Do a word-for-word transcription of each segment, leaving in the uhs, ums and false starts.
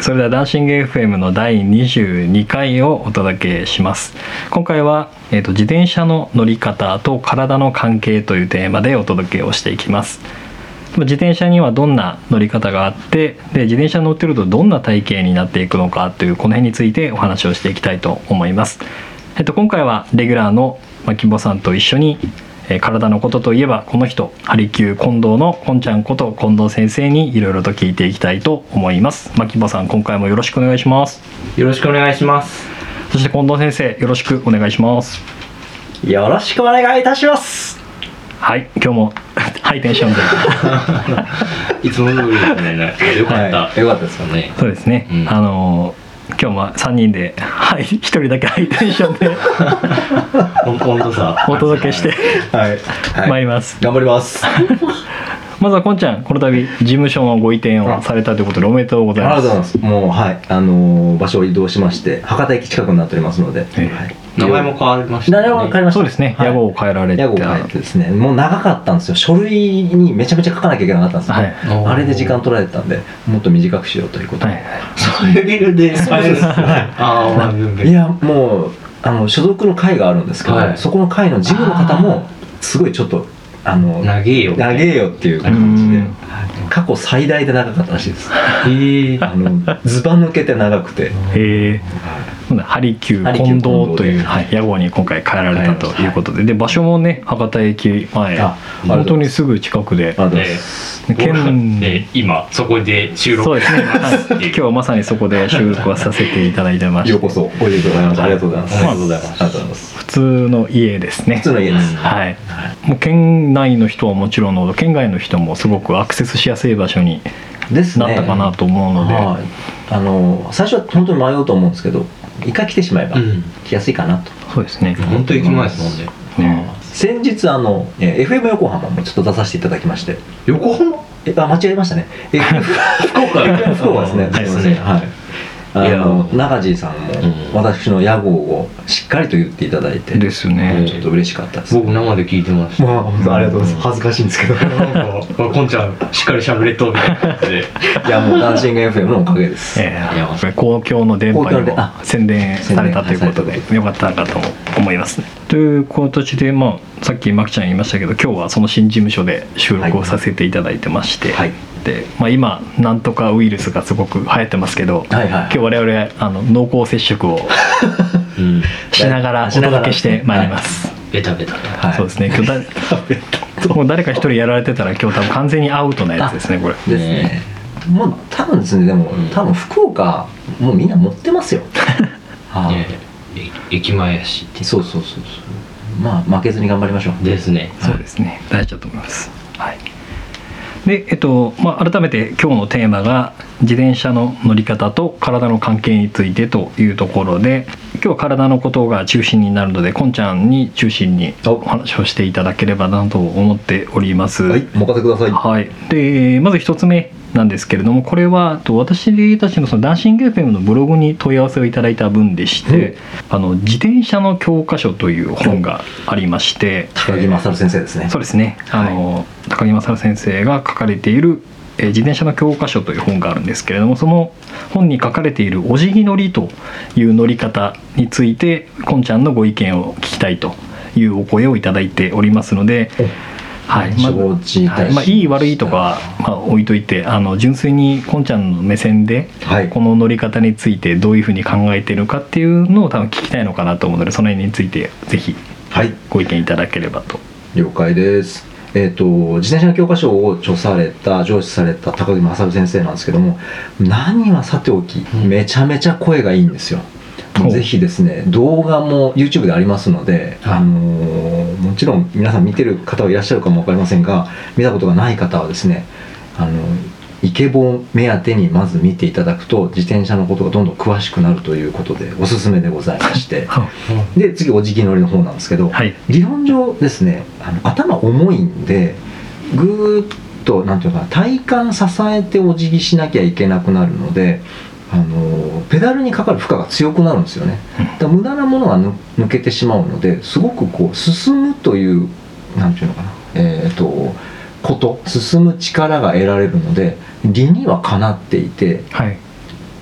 それではダンシング エフエム のだいにじゅうにかいをお届けします。今回は、えーと、自転車の乗り方と体の関係というテーマでお届けをしていきます。自転車にはどんな乗り方があって、で自転車に乗ってるとどんな体型になっていくのかというこの辺についてお話をしていきたいと思います。えっと、今回はレギュラーの牧保さんと一緒に、えー、体のことといえばこの人、ハリキュー近藤のこんちゃんこと近藤先生にいろいろと聞いていきたいと思います。牧保さん、今回もよろしくお願いします。 よろしくお願いします。 そして近藤先生、よろしくお願いします。 よろしくお願いいたします。 はい、今日もハイテンションでいつも通りですね。よかった、はい、よかったですよね。 そうですね、うん、あの今日もさんにんで、はい、ひとりだけハイテンションでお届けして、はいはい、参ります。 頑張ります。 まずはこんちゃん、この度事務所のご移転をされたということでおめでとうございます。 ありがとうございます。もうはい、あのー、場所を移動しまして博多駅近くになっておりますので、 えーはい、 名前も変わりましたね。 名前も変わりました。 そうですね、屋号を変えられて、 屋号を変えてですね、もう長かったんですよ。書類にめちゃめちゃ書かなきゃいけなかったんですよ、はい、あれで時間取られてたんで、もっと短くしようということで、はい、 そういう理由であれです。ああ、いやもうあの所属の会があるんですけど、はい、そこの会の事務の方もすごいちょっとあの長えよ長えよっていう感じで、過去最大で長かったらしいです。へあのずば抜けて長くて、 へハリキュー近藤という、はい、屋号に今回変えられたということで、はい、で場所もね博多駅前、本当にすぐ近くで、 県で今そこで収録、 そうですね、はい、今日はまさにそこで収録をさせていただいてまして、 ようこそおいでくださいました。ありがとうございます。 ありがとうございます。 普通の家ですね。 普通の家です。 はい。もう県内の人はもちろんの県外の人もすごくアクセスしやすい場所になったかなと思うので、 はい、あの最初は本当に迷うと思うんですけど、一回来てしまえば来やすいかなと、 うん、そうですね。 本当に行き前ですもんね。 ね、先日あの エフエム 横浜もちょっと出させていただきまして。 横浜？ えあ間違えましたね。福岡福岡ですね。 ですね。 はい。あの中地さんも私の屋号をしっかりと言っていただいてですね、 ちょっと嬉しかったです。 僕生で聞いてました。 まあ本当ありがとうございます。恥ずかしいんですけど、 なんかこんちゃんしっかり喋れとみたいな感じで、 いやもうダンシング エフエム のおかげです。 えー、公共の電波にも宣伝されたということでよかったかと思いますね。という形で、まあさっきまきちゃん言いましたけど、今日はその新事務所で収録をさせていただいてまして、はい、でまあ、今なんとかウイルスがすごく流行ってますけど、はいはい、今日我々あの濃厚接触をしながらお届けしてまいります。 ベタベタ、 はい、そうですね。今日だもう誰か一人やられてたら今日多分完全にアウトなやつですね、これ。 ですね。もう多分ですね、でも、うん、多分福岡もうみんな持ってますよ。 はあ、駅前やしって。 そうそうそうそう。まあ負けずに頑張りましょう。 ですね。 そうですね。大事だと思います。はい。でえっとまあ、改めて今日のテーマが自転車の乗り方と体の関係についてというところで、今日は体のことが中心になるのでこんちゃんに中心にお話をしていただければなと思っております。 はい、お任せください。 はい、でまず一つ目なんですけれども、これは私たちのそのダンシング エフエム のブログに問い合わせをいただいた分でして、うん、あの自転車の教科書という本がありまして、 高木勝先生ですね。 そうですね、あの、はい、高木勝先生が書かれているえ自転車の教科書という本があるんですけれども、その本に書かれているお辞儀乗りという乗り方についてこんちゃんのご意見を聞きたいというお声をいただいておりますので、はい、まあ、はい、まあ、いい悪いとかは、まあ、置いといて、あの純粋にこんちゃんの目線で、はい、この乗り方についてどういうふうに考えているかっていうのを多分聞きたいのかなと思うので、その辺についてぜひご意見いただければと。はい、了解です。えーと、自転車の教科書を著された上司された高木勝先生なんですけども、何はさておきめちゃめちゃ声がいいんですよ。ぜひですね、動画も YouTube でありますので、あのー、もちろん皆さん見てる方はいらっしゃるかも分かりませんが、見たことがない方はですね、あのイケボ目当てにまず見ていただくと自転車のことがどんどん詳しくなるということでおすすめでございましてで次お辞儀乗りの方なんですけど、はい、理論上ですね、あの頭重いんでぐーっとなんていうかな、体幹支えてお辞儀しなきゃいけなくなるので、あのペダルにかかる負荷が強くなるんですよね。だから無駄なものが抜けてしまうので、すごくこう進むというなんていうのかな、えー、とこと進む力が得られるので理にはかなっていて、はい、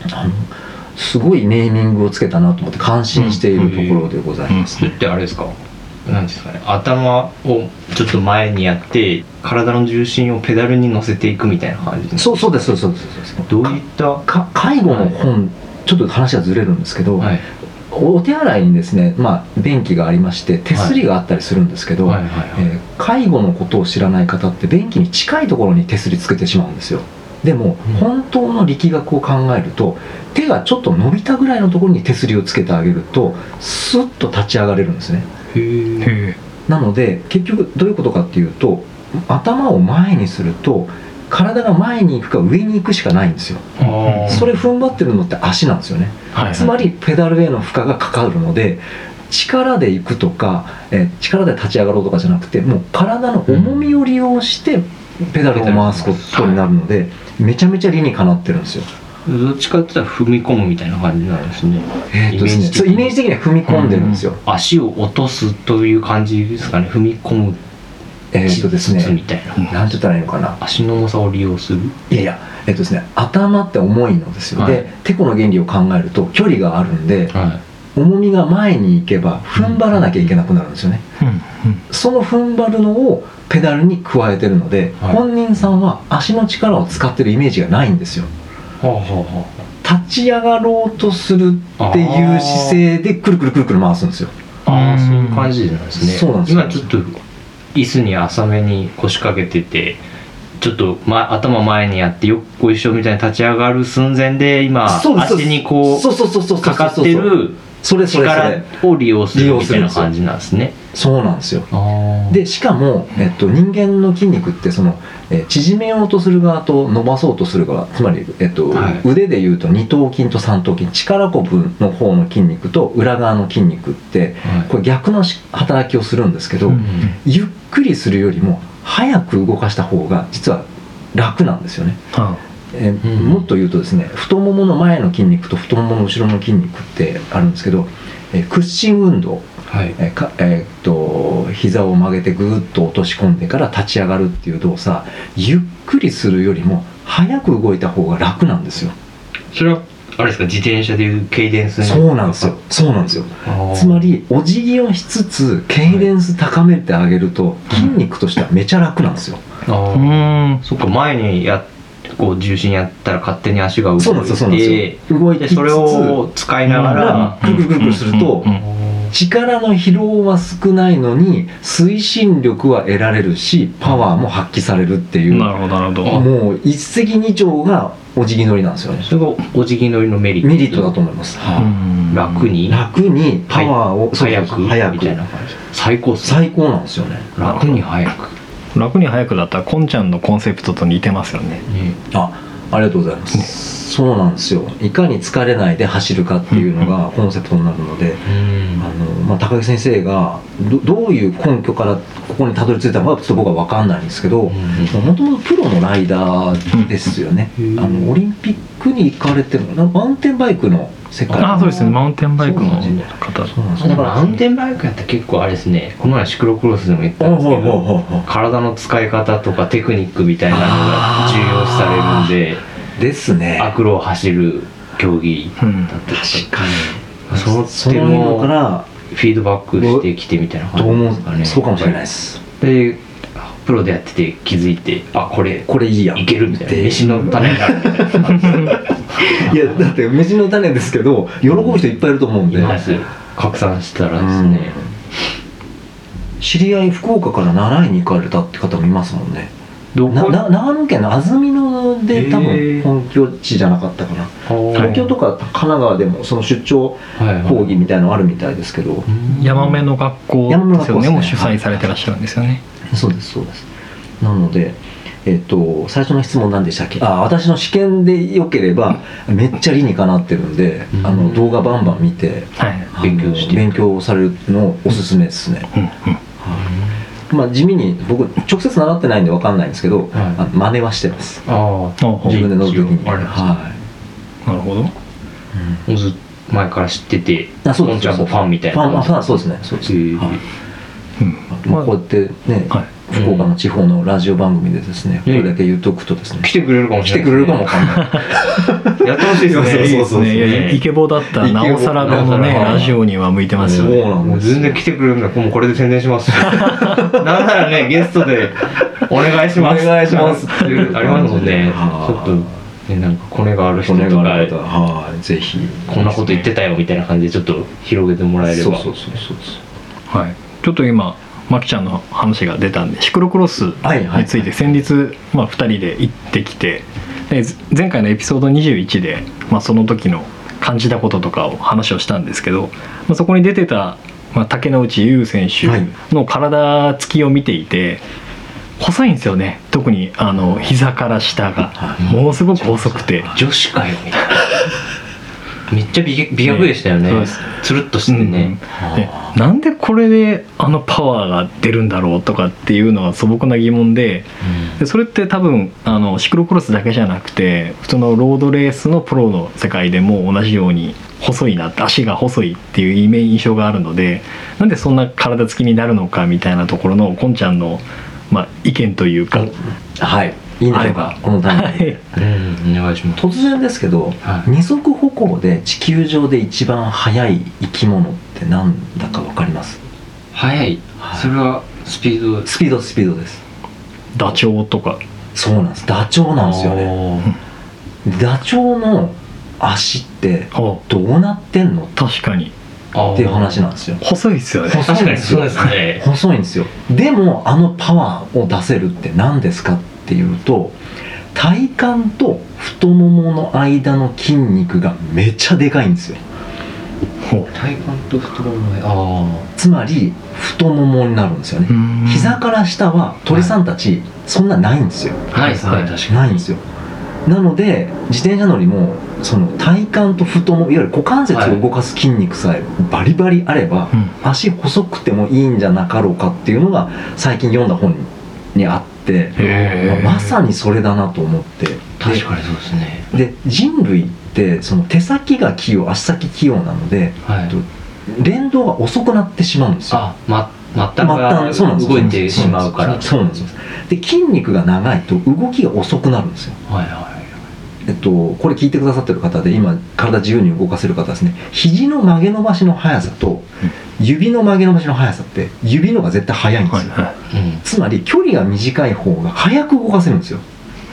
あのすごいネーミングをつけたなと思って感心しているところでございます。 それってあれですか、なんですかね、頭をちょっと前にやって体の重心をペダルに乗せていくみたいな感じ。 そうそうですそうですそうですそうです。 どういったか介護の本、はい、ちょっと話がずれるんですけど、はい、お手洗いにですね、まあ、便器がありまして手すりがあったりするんですけど、介護のことを知らない方って便器に近いところに手すりつけてしまうんですよ。でも、うん、本当の力学を考えると手がちょっと伸びたぐらいのところに手すりをつけてあげるとスッと立ち上がれるんですね。へなので結局どういうことかっていうと、頭を前にすると体が前に行くか上に行くしかないんですよ。それ踏ん張ってるのって足なんですよね、はいはい、つまりペダルへの負荷がかかるので、力で行くとか、え力で立ち上がろうとかじゃなくて、もう体の重みを利用してペダルを回すことになるので、めちゃめちゃ理にかなってるんですよ。 どっちかって言ったら踏み込むみたいな感じなんですね。 えーっとですね、そうイメージ的には踏み込んでるんですよ、 うん、足を落とすという感じですかね。踏み込むえーっとですねみたいな、 なんて言ったらいいのかな、 足の重さを利用する。 いやいや、えーっとですね、頭って重いのですよ、はい、でてこの原理を考えると距離があるんで、はい、重みが前に行けば踏ん張らなきゃいけなくなるんですよね、うんうん、その踏ん張るのをペダルに加えてるので、はい、本人さんは足の力を使ってるイメージがないんですよ。はあはあ、立ち上がろうとするっていう姿勢でくるくるくるくる回すんですよ。 ああ、そういう感じなんですね。 そうなんですよ。 今ちょっと椅子に浅めに腰掛けてて、ちょっと、ま、頭前にやってよっこいしょみたいに立ち上がる寸前で今足にこうかかってる力を利用するみたいな感じなんですね。 そうなんですよ。でしかも、えっと、人間の筋肉ってその、え縮めようとする側と伸ばそうとする側、つまり、えっとはい、腕でいうと二頭筋と三頭筋、力こぶの方の筋肉と裏側の筋肉って、はい、これ逆の働きをするんですけど、うん、ゆっくりするよりも早く動かした方が実は楽なんですよね。はあえーうん、もっと言うとですね、太ももの前の筋肉と太ももの後ろの筋肉ってあるんですけど、えー、屈伸運動、はいえーかえー、っと膝を曲げてぐーっと落とし込んでから立ち上がるっていう動作、ゆっくりするよりも早く動いた方が楽なんですよ。 それはあれですか、自転車でいうケイデンス。 そうなんですよ。そうなんですよ。つまりお辞儀をしつつケイデンス高めてあげると、筋肉としてはめちゃ楽なんですよ。 ああ、うん、そっか、前にやこう重心やったら勝手に足が動いて、そうなんですよ、そうなんですよ。動いてそれを使いながらぐるぐるぐるすると、力の疲労は少ないのに推進力は得られるしパワーも発揮されるっていう、 なるほどなるほど、 もう一石二鳥がお辞儀乗りなんですよね。 それがお辞儀乗りのメリットメリットだと思います、はあ、楽に楽にパワーを早く早くみたいな感じ、最高っすね。 最高なんですよね。 楽に早く楽に早くだったらこんちゃんのコンセプトと似てますよね。ね、 あありがとうございます、ね、そうなんですよ。いかに疲れないで走るかっていうのがコンセプトになるので、あの、まあ、高木先生が ど, どういう根拠からここにたどり着いたのかちょっと僕は分かんないんですけど、もともとプロのライダーですよね。あのオリンピックに行かれてるのマウンテンバイクの世界。 ああ、そうですね、マウンテンバイクの方。 そうなんです。だからマウンテンバイクやったら結構あれですね、この前シクロクロスでも言ったんですけど、体の使い方とかテクニックみたいなのが重要視されるんでですね、 悪路を走る競技だったりとか、 うん、そそののからフィードバックしてきてみたいな感じですかね。 そうかもしれないです。 でプロでやってて気づいて、あ、これこれいいやんいけるみたいな、飯の種になるみたいな感じいやだって飯の種ですけど喜ぶ人いっぱいいると思うんで、 います。拡散したらですね、 うん、知り合い福岡から習いに行かれたって方もいますもんね。どこな長野県の安曇野で多分本拠地じゃなかったかな、東京とか神奈川でもその出張講義みたいなのあるみたいですけど、 ヤマメの学校ですよね、も主催されてらっしゃるんですよね。 そうですそうです。なので、えっと、最初の質問何でしたっけ。あ、私の試験でよければめっちゃ理にかなってるんで、うん、あの動画バンバン見て、はい、勉強して勉強されるのをおすすめですね、うんうん、はい、まあ、地味に僕直接習ってないんで分かんないんですけど、はい、あの真似はしてます。あ、自分で乗る時に、はい、 なるほど、 うん、ず前から知ってて、 あ、そうです、 ポンちゃんもファンみたいな。 ファン、あ、そうですね、そうです、はい、うん、まあ、こうやってね、はい、 福岡の地方のラジオ番組でですね、これだけ言っとくとですね、 来てくれるかもしれない、 来てくれるかもわかんないやってほしいですね。 そうそうそうそういやイケボだったらなおさらこのねラジオには向いてますよね。 そうなんもうですよ全然来てくれるんだ。もうこれで宣伝しますしなんならねゲストでお願いしますお願いしますっていうありますもんね。ちょっとねなんかコネがある人とかはいぜひこんなこと言ってたよみたいな感じでちょっと広げてもらえれば。 そうそうそうそうそう。 はい、ちょっと今マキちゃんの話が出たんでシクロクロスについて先日、まあ、ふたりで行ってきて、で前回のエピソードにじゅういちで、まあ、その時の感じたこととかを話をしたんですけど、まあ、そこに出てた、まあ、竹之内優選手の体つきを見ていて、細いんですよね。特にあの膝から下がものすごく細くて、 女子かよみたいなめっちゃ美美脚でしたよね。つるっとしててね、 うん、でなんでこれであのパワーが出るんだろうとかっていうのは素朴な疑問で、うん、でそれって多分あのシクロクロスだけじゃなくて普通のロードレースのプロの世界でも同じように細いなって足が細いっていうイメージ印象があるので、なんでそんな体つきになるのかみたいなところのこんちゃんの、まあ、意見というか、 はいいいんでしょうかこのタイミングで、 うん、お願いします。 突然ですけど、はい、二足歩行で地球上で一番速い生き物って何だか分かります？ 速い、はい、それはスピードスピードスピードです。 ダチョウとか。 そうなんです、ダチョウなんですよね。ダチョウの足ってどうなってんの確かにっていう話なんですよ。 細いですよね。 細いんですよ。細いんですよ。でもあのパワーを出せるって何ですかっていうと、体幹と太ももの間の筋肉がめっちゃでかいんですよ。 体幹と太もも、あつまり太ももになるんですよね。膝から下は鳥さんたちそんなないんですよ。 はい、はい、確かにないんですよ。なので自転車乗りもその体幹と太もも、いわゆる股関節を動かす筋肉さえバリバリあれば、はい、足細くてもいいんじゃなかろうかっていうのが最近読んだ本にあって、まあ、まさにそれだなと思って。 確かにそうですね。 で人類ってその手先が器用足先器用なので、はい、連動が遅くなってしまうんですよ。 あ、ま末端が動いてしまうから。 そうなんですよ。で筋肉が長いと動きが遅くなるんですよ。はいはい。えっと、これ聞いてくださってる方で今体自由に動かせる方ですね、肘の曲げ伸ばしの速さと指の曲げ伸ばしの速さって指のが絶対速いんですよ、はいはい、つまり距離が短い方が速く動かせるんですよ、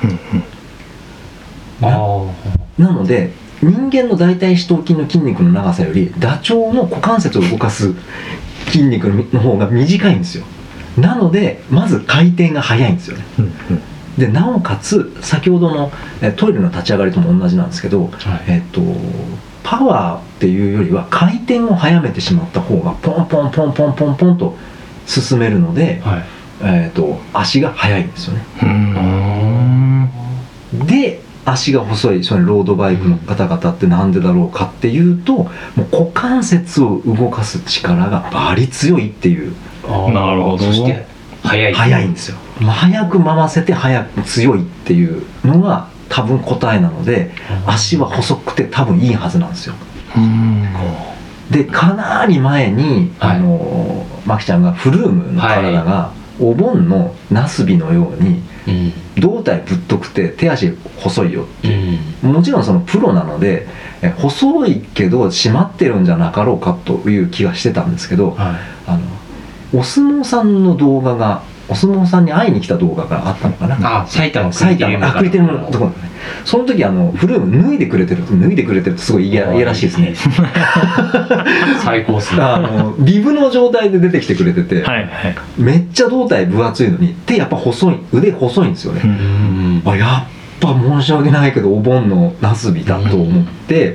うんうん、な, なので人間の大腿四頭筋の筋肉の長さよりダチョウの股関節を動かす筋肉の方が短いんですよ。なのでまず回転が速いんですよね、うんうん。でなおかつ先ほどのトイレの立ち上がりとも同じなんですけど、はい、えっと、パワーっていうよりは回転を速めてしまった方がポンポンポンポンポンポンと進めるので、はい、えっと、足が速いんですよね。で足が細いそのロードバイクの方々ってなんでだろうかっていうと、もう股関節を動かす力がバリ強いっていう。 あ、なるほど。 そして速い速いんですよ。速く回せて速く強いっていうのが多分答えなので、足は細くて多分いいはずなんですよ。うんでかなり前に、はい、あのマキちゃんがフルームの体がお盆のナスビのように、うん、胴体ぶっとくて手足細いよって、うん、もちろんそのプロなのでえ細いけど締まってるんじゃなかろうかという気がしてたんですけど、はい、あのお相撲さんの動画がお相撲さんに会いに来た動画があったのかな。 あ、埼玉埼玉あクリテルのところね。その時あのフルーム脱いでくれてる脱いでくれてるとすごい嫌らしいですね。 最高っすね。 あのビブの状態で出てきてくれてて、はいはい、めっちゃ胴体分厚いのに手やっぱ細い、腕細いんですよね。うんあやっぱ申し訳ないけどお盆のナスビだと思って、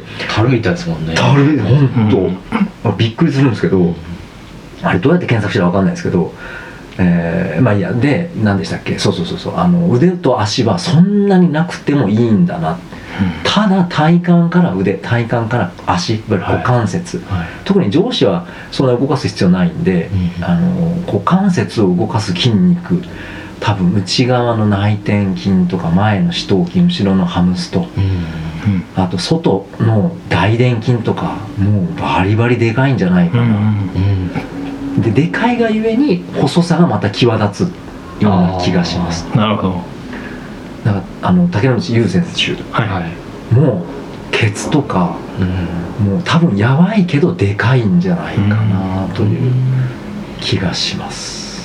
たるいたですもんね。 たるい本当びっくりするんですけど、あれどうやって検索したら分かんないですけど。えー、まあいいやで何でしたっけ、そうそうそうそう、あの腕と足はそんなになくてもいいんだな、うん、ただ体幹から腕、体幹から足、いわゆる股関節、はいはい、特に上肢はそんな動かす必要ないんで、うん、あの股関節を動かす筋肉、多分内側の内転筋とか前の四頭筋、後ろのハムスト、うん、あと外の大臀筋とかもうバリバリでかいんじゃないかな、うんうん、ででかいがゆえに細さがまた際立つような気がします。 なるほど。 だからあの竹野内優選手、 はいはい、 もうケツとか、うん、もう多分やばいけどでかいんじゃないかなという気がします。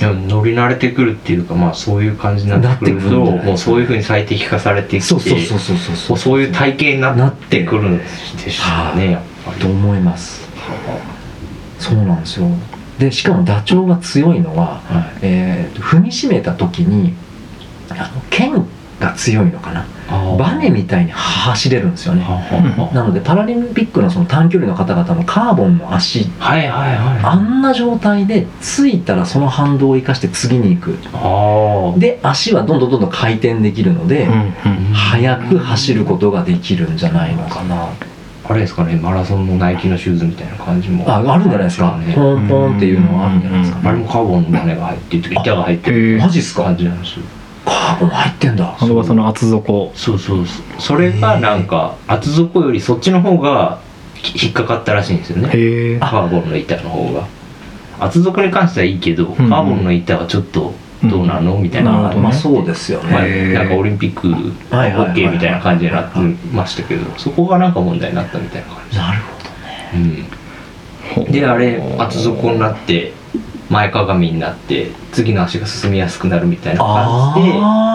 いや乗り慣れてくるっていうか、まあそういう感じになってくると、もうそういうふうに最適化されてきて、そうそうそうそうそう、そういう体型になってくるんでしょうね、やっぱり。 と思います。そうなんですよ。でしかもダチョウが強いのは、はい、えー、踏みしめた時にあの剣が強いのかな、バネみたいに走れるんですよね。なのでパラリンピックのその短距離の方々のカーボンの足、はいはいはい、あんな状態でついたらその反動を生かして次に行く。で足はどんどんどんどん回転できるので、うんうん、速く走ることができるんじゃないのかな。 あれですかね、マラソンのナイキのシューズみたいな感じもあ, あるんじゃないですか、ね、ポンポンっていうのはあるんじゃないですか、ね、 あれもカーボンのバネが入ってる、板が入ってる、 マジっすか、 感じなんですよ。 カーボン入ってんだ。 あれはその厚底。 そうそうそう、それがなんか厚底よりそっちの方が引っかかったらしいんですよね、へカーボンの板の方が。厚底に関してはいいけど、カーボンの板はちょっとどうなの、うん、みたいな、 ね、まあそうですよね、 まあ、なんかオリンピック OK みたいな感じになってましたけど、そこがなんか問題になったみたいな感じ。 なるほどね、 うん、であれ厚底になって前かがみになって次の足が進みやすくなるみたいな感じで、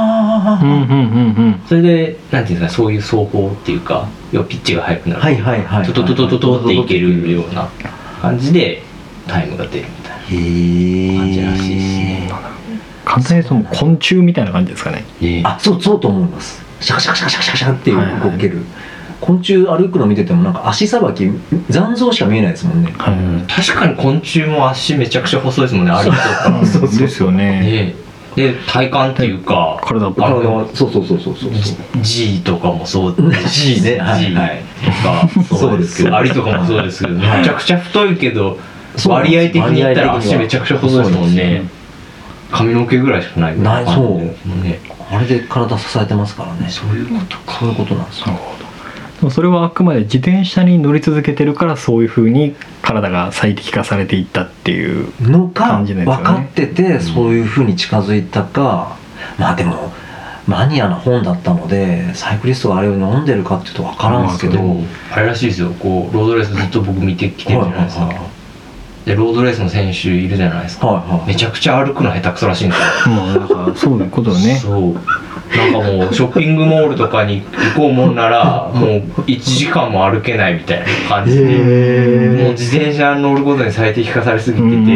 それでなんていうんですか、そういう走法っていうか、要はピッチが速くなる、はいはいはい、トトトトトトっていけるような感じでタイムが出るみたいな感じらしいですね。 簡単に言うと昆虫みたいな感じですかね。 あ、そうそうと思います。シャカシャカシャカシャカシャカっていう動ける、はいはい、昆虫歩くの見ててもなんか足さばき残像しか見えないですもんね、 はい、確かに昆虫も足めちゃくちゃ細いですもんね、歩くとかそうそうですよね。 で体幹っていうか、 体体はそうそうそうそうそう G とかもそう G ね、はいはい、 とかそうですけど、アリとかもそうですけど、めちゃくちゃ太いけど割合的に言ったら足めちゃくちゃ細いですもんね。髪の毛ぐらいしかないみたいな感じですもんね。 あれで体支えてますからね。 そういうことか。 そういうことなんですよ。 なるほど。でもそれはあくまで自転車に乗り続けてるからそういう風に体が最適化されていったっていう感じですよね。 のか分かっててそういう風に近づいたか、うん、まあでもマニアな本だったのでサイクリストがあれを飲んでるかっていうと分からんですけど、まあ、あれらしいですよ。こうロードレースずっと僕見てきてるじゃないですか。はいはいはい、でロードレースの選手いるじゃないですか、はいはい、めちゃくちゃ歩くの下手くそらしいんですよ。 もうなんかそういうことね。 そうなんかもうショッピングモールとかに行こうもんならもういちじかんも歩けないみたいな感じで、もう自転車に乗ることに最適化されすぎてて、うんうんうん、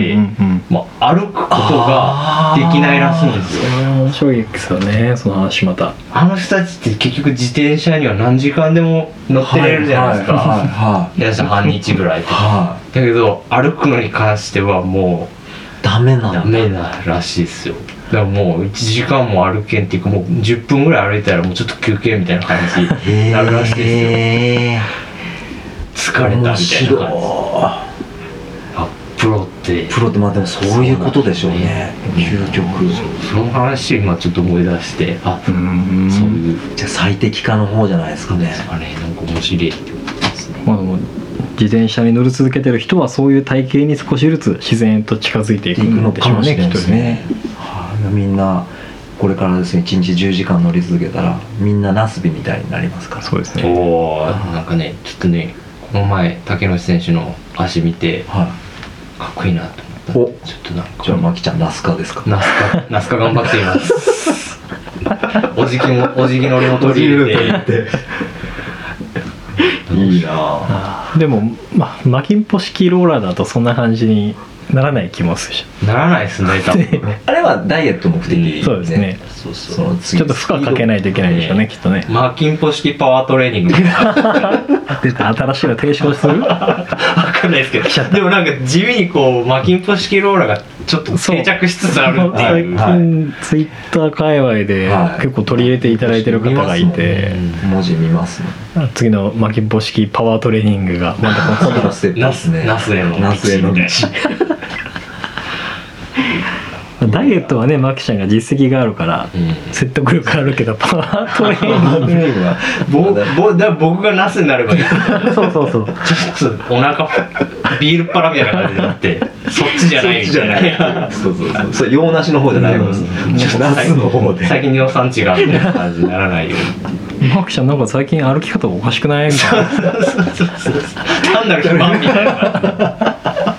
もう歩くことができないらしいんですよ。 それは面白いですよね、その話。またあの人たちって結局自転車には何時間でも乗ってれるじゃないですか、はいはいはいはい、半日ぐらいとか、はい、だけど歩くのに関してはもうダメなんだ。 ダメならしいですよ。だからもういちじかんも歩けんっていうか、もうじゅっぷんぐらい歩いたらもうちょっと休憩みたいな感じになるらしいですよ。疲れたみたいな感じ。あ、プロってプロってまあでもそういうことでしょうね、究極。 その話今ちょっと思い出して、あ、うん、そういう、 じゃあ最適化の方じゃないですかね。 ですかね。なんか面白いってことですね。 まあでも自転車に乗り続けてる人はそういう体型に少しずつ自然と近づいていくのでしょうね、きっとね。 みんなこれからですねいちにちじゅうじかん乗り続けたらみんなナスビみたいになりますから。 そうですね。 おー、なんかねちょっとねこの前竹野選手の足見て、はい、かっこいいなと思った。おちょっとなんかじゃあマキちゃんナスカですか。 ナスカナスカ頑張っていますお辞儀もお辞儀のりも取り入れていいな。 でも、まあ、マキンポ式ローラーだとそんな感じにならない気もするし。 ならないですね多分あれはダイエット目的で、ね、 そうですね。 そうそう、 ちょっと負荷かけないといけないでしょうね、ね、きっとね。 マキンポ式パワートレーニング出た、新しいの提唱するわかんないですけどでもなんか地味にこうマキンポ式ローラーがちょっと定着しつつあるっていう。 最近ツイッター界隈で結構取り入れていただいてる方がいて、 文字見ますね。 次のマキンポ式パワートレーニングがまた今度のステップですね。 ナスへのナスへの道ダイエットはねマキちゃんが実績があるからうん説得力あるけど、パワートレーニングはぼぼだ僕がナスになればいいそうそうそう、 ちょっとお腹ビールっ腹みたいな感じになってそっちじゃないみたいなそうそうそうそう洋梨の方じゃない方ですナスの方で先に尿酸値がみたいな感じにならないようにマキちゃんなんか最近歩き方おかしくないみたいな単なる肥満みたいな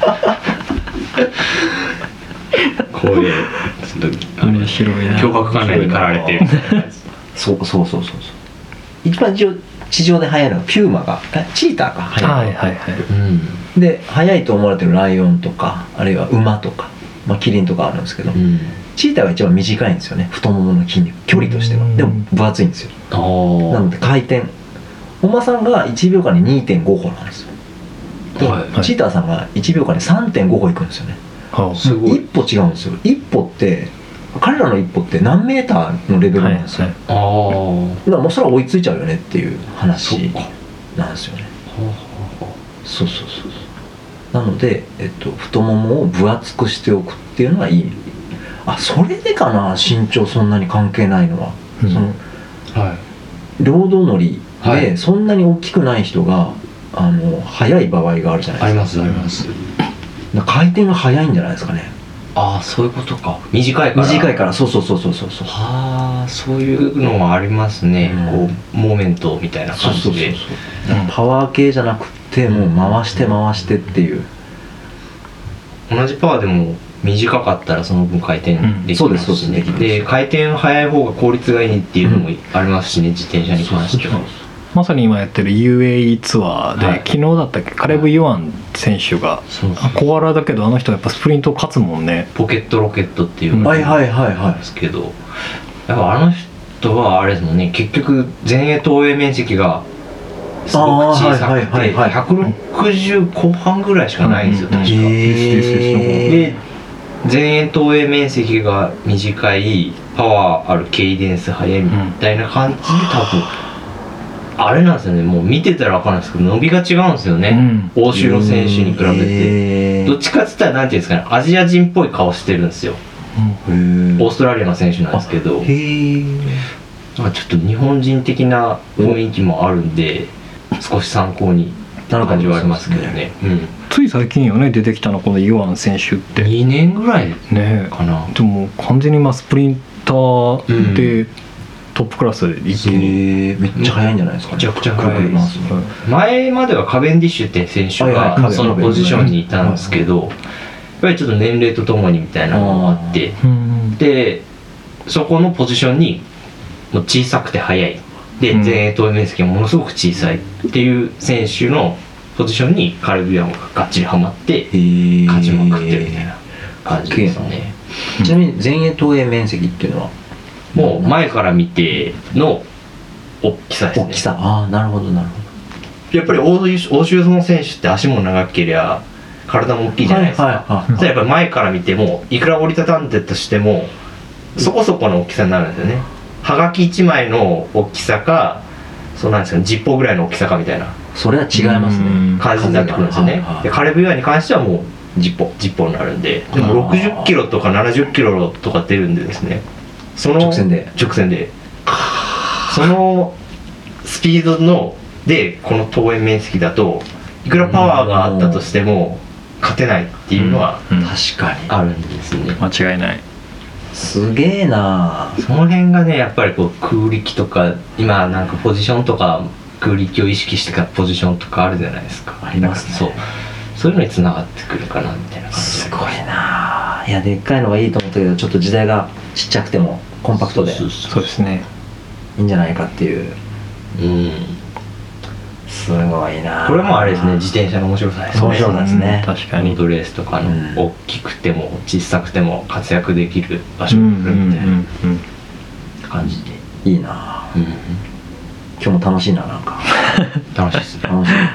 こういうちょっと面白いな、 強迫観念に駆られてるみたいな感じそうそうそうそうそう一番地上地上で速いのがピューマがえチーターか速い、 はいはいはい、 うんで速いと思われてるライオンとかあるいは馬とか、まあ、キリンとかあるんですけど、 うんチーターが一番短いんですよね、太ももの筋肉距離としては。でも分厚いんですよ。 あーなので回転お馬さんがいちびょうかんに にてんご 歩なんですよ。で、 はいチーターさんがいちびょうかんに さんてんご 歩いくんですよね。 はすごい一歩違うんですよ。一歩って彼らの一歩って何メーターのレベルなんですよ、 はいあーだからもうそれは追いついちゃうよねっていうそ話っかなんですよね。そうそうそうそうなので、えっと、太ももを分厚くしておくっていうのはいい。あ、それでかな、身長そんなに関係ないのは、 うんそのはい労働乗りはいでそんなに大きくない人があの速い場合があるじゃないありですか。 ますありますだから回転が速いんじゃないですかね。 ああそういうことか短いから短いからそうそうそうそうそうそうはあそういうのはありますね、 うんこうモーメントみたいなそうそうそう感じでそうパワー系じゃなくてもう回して回してっていう、 同じパワーでも短かったらその分回転できそうですますしね、 そうですできますで回転速い方が効率がいいっていうのもありますしね、自転車に関してはまさに今やってる ユーエーイー ツアーで、 はい昨日だったっけカレブ・ユアン選手が、 そうあ小柄だけどあの人やっぱスプリント勝つもんね。 ポケットロケットっていうのがはいはいはいはですけど、やっぱあの人はあれですもんね、結局前衛投影面積がすごく小さくあーはいはいはいはいてひゃくろくじゅう後半ぐらいしかないんですよ、 うんうん確か。 へで前衛投影面積が短いパワーあるケイデンス速いみたいな感じで、多分あれなんですよね、もう見てたら分かるんですけど伸びが違うんですよね、欧州の選手に比べて。 てどっちかって言ったらなんていうんですかね、アジア人っぽい顔してるんですよ。オーストラリアの選手なんですけど、 へえまあちょっと日本人的な雰囲気もあるんで少し参考になる感じはありますけどね。 つい最近よね出てきたのこのユアン選手っうん、 てにねんぐらいね。 かな。 でも完全にまあスプリンターでトップクラスで一気に、 へえめっちゃ速いんじゃないですかね。 めちゃくちゃ速いくるくる回すの前まではカベンディッシュって選手はいはいカベンがそのポジションにいたんですけど、やっぱりちょっと年齢とともにみたいなのもあって、 うんでそこのポジションにもう小さくて速いでうん前衛投影面積がものすごく小さいっていう選手のポジションにカルビアンががっちりはまってへえ勝ちまくってるみたいな感じですね。 ちなみに前衛投影面積っていうのはもう前から見ての大きさですね。 大きさ。ああなるほどなるほやっぱり欧州欧州の選手って足も長けりゃ体も大きいじゃないですか。 はいはいはいそしたらやっぱり前から見てもいくら折りたたんでとしてもそこそこの大きさになるんですよね。はがきいちまいの大きさかそうなんですか、ジッポーぐらいの大きさかみたいなど。それは違いますうんね。 感じになってくるんですよねはいはいはい。 でカレブユアに関してはもうジッポジッポになるんで、でもろくじゅっキロとかななじゅっキロとか出るんでですね、その直線で直線でそのスピードのでこの投影面積だといくらパワーがあったとしても勝てないっていうのはうん確かにあるんですね。 間違いない。 すげえな。 その辺がねやっぱりこう空力とか今なんかポジションとか空力を意識してからポジションとかあるじゃないですか。 ありますねそうそういうのにつながってくるかなみたいな感じすごいな。いやでっかいのがいいと思ったけどちょっと時代がちっちゃくてもコンパクトでいそうそうそうですね。 いんじゃないかっていう。 うんすごいな。 これもあれですね、自転車の面白さですね。 面白さですねうん確かに。 ロードレースとかの、 うん大きくても小さくても活躍できる場所うんが来るみたいなうんうん感じで、 いいな。 うん今日も楽しいななんか。 楽しいですね。 楽しい。 うん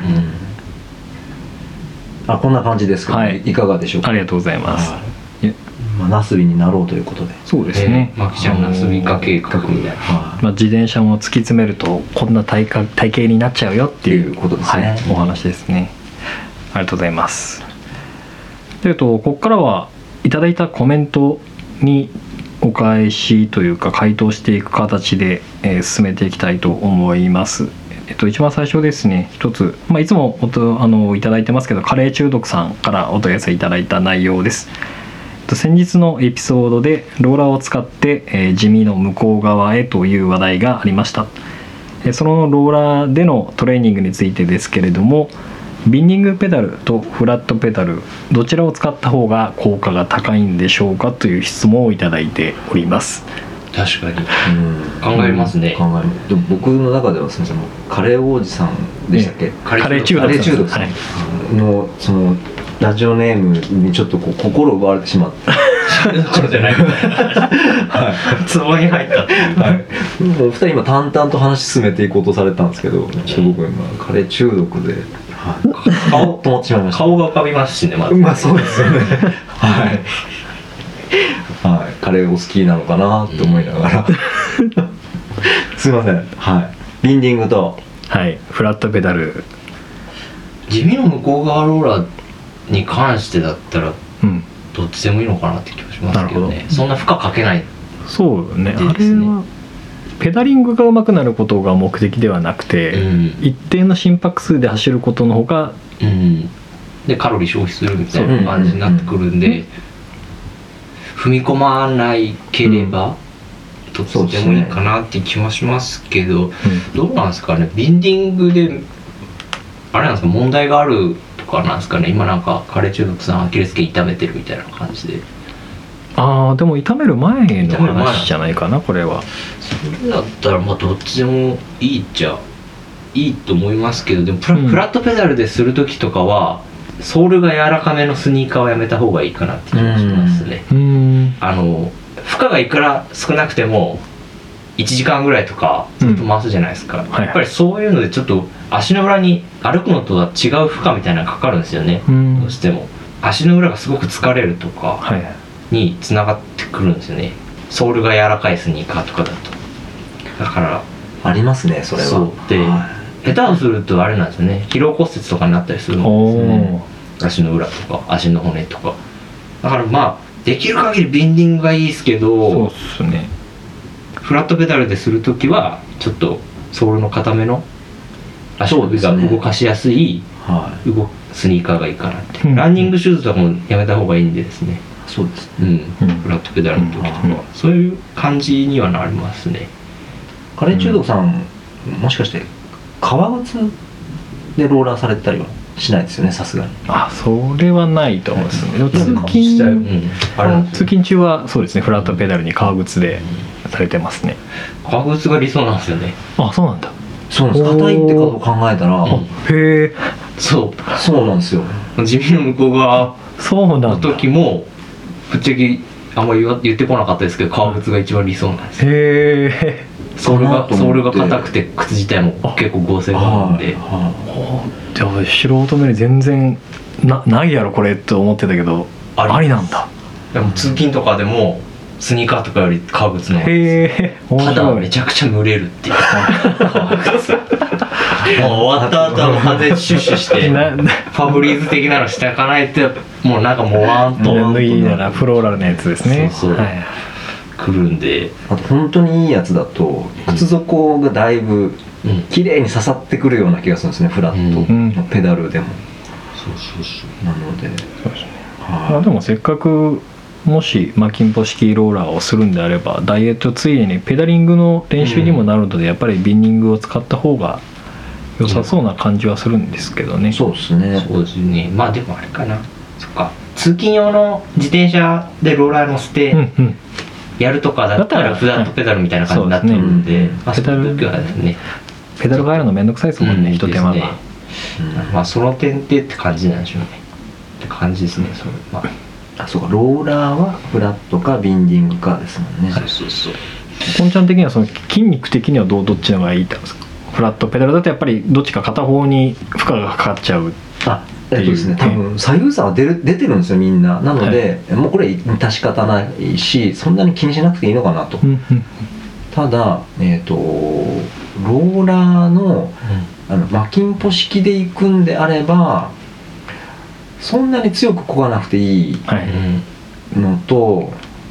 あこんな感じですけど、 はいいかがでしょうか。 ありがとうございます。 はいまあナスビになろうということで。 そうですねね。マキちゃんの遊び化計画みたいな。 はまあ、自転車も突き詰めるとこんな体か体型になっちゃうよっていうっていうことですねはい、お話ですね。ありがとうございます。で、えっとここからはいただいたコメントにお返しというか回答していく形で、えー、進めていきたいと思います。えっと、一番最初ですね、一つ、まあ、いつもおとあのいただいてますけど、カレー中毒さんからお問い合わせいただいた内容です。えっと、先日のエピソードでローラーを使って、えー、地味の向こう側へという話題がありました。えー、そのローラーでのトレーニングについてですけれども、ビンディングペダルとフラットペダルどちらを使った方が効果が高いんでしょうかという質問をいただいております。 確かに、うん、考えますね、 考える。でも僕の中ではすみません、カレー王子さんでしたっけ、ね、 カレー中毒さんのそのラジオネームにちょっとこう心を奪われてしまってそうじゃないみたいなはいツボに入ったっていう、はい、 もうお二人今淡々と話進めていこうとされたんですけど、ちょっと僕今カレー中毒で、はい、顔と思ってしまいました。 顔が浮かびますしね、まず。 まあそうですよねはいはい、カレーお好きなのかなと思いながらすいません、はい、ビンディングと、 はい、フラットペダル。 地味の向こう側ローラーに関してだったら、うん、どっちでもいいのかなって気がしますけどね。そんな負荷かけない。 そうね、あれはペダリングが上手くなることが目的ではなくて、うん、一定の心拍数で走ることの方が、 うん、でカロリー消費するみたいな感じになってくるんで、うんうんうん、踏み込まないければどっちでもいいかなって気はしますけど、うん、どうなんですかね。ビンディングであれなんですか、問題があるとかなんですかね。今なんかカレー中毒さんアキレス腱痛めてるみたいな感じで。 ああ、でも痛める前の話じゃないかな、これは。 それだったらまあどっちでもいいっちゃいいと思いますけど、でもフラ、うん、フラットペダルでする時とかはソールが柔らかめのスニーカーをやめた方がいいかなって気がしますね。うん、あの負荷がいくら少なくてもいちじかんぐらいとかずっと回すじゃないですか、うん、やっぱりそういうのでちょっと足の裏に歩くのとは違う負荷みたいなのがかかるんですよね、うん、どうしても足の裏がすごく疲れるとかにつながってくるんですよね、ソールが柔らかいスニーカーとかだと。だからありますね、それは。 そうで、はい、下手をするとあれなんですよね、疲労骨折とかになったりするんですよね、足の裏とか足の骨とか。だからまあできる限りビンディングがいいですけど、 そうっすね、 フラットペダルでするときはちょっとソールの固めの足首が動かしやすい動スニーカーがいいかなって、うん、ランニングシューズとかもやめた方がいいんでですね。 そうですね、 うん、フラットペダルの時とか、うん、そういう感じにはなりますね。 カレー中毒さん、うん、もしかして革靴でローラーされたりはしないですよね、さすがに。 あ、それはないと思うんですね。でも通勤、うん、あ通勤中はそうですね、フラットペダルに革靴でされてますね。 革靴が理想なんですよね。 あ、そうなんだ。 そうなんです。硬いってことを考えたら、うん、 へえ、 そうそうなんですよ。 地味の向こう側の時もぶっちゃけあんまり言ってこなかったですけど、革靴が一番理想なんですよ。へえ。ソールがソールが硬くて靴自体も結構剛性があるんで、 じゃあ素人目に全然なないやろこれって思ってたけど、ありなんだ。 でも通勤とかでもスニーカーとかより革靴の方がいいです。ただめちゃくちゃ蒸れるっていう革靴もう終わった後は完全にシュッシュしてファブリーズ的なのしていかないと、もうなんかもわんと脱いだらフローラルのやつですね。 そうそう、はい、来るんで。 あと本当にいいやつだと靴底がだいぶ綺麗に刺さってくるような気がするんですね、フラットのペダルでも、うん、 そうそうそうなので、 そうですね、はあ、でもせっかくもしマキンポ式ローラーをするんであれば、ダイエットついでにペダリングの練習にもなるので、うん、やっぱりビンディングを使った方が良さそうな感じはするんですけどね、うん、 そうですね、 そうですね。まあでもあれかな、そっか、通勤用の自転車でローラー乗せて、うんうん、やるとかだったらフラットペダルみたいな感じになってるんで、まあ、その時はですね、 ペダルがあるのめんどくさいですもんね、うん、一手間が、 うん、まあその点でって感じなんでしょうねって感じですね。それ、まあ、 あ、そうか、ローラーはフラットかビンディングかですもんね。 そうそうそう。 こんちゃん的にはその筋肉的にはどうどっちの方がいいってですか。フラットペダルだとやっぱりどっちか片方に負荷がかかっちゃう。 あ、えっとですね、多分左右差は出る出てるんですよ、みんな。なので、はい、もうこれ致し方ないし、そんなに気にしなくていいのかなと。ただ、えっとローラーの、うん、あのマキンポ式で行くんであれば、そんなに強く漕がなくていいのと、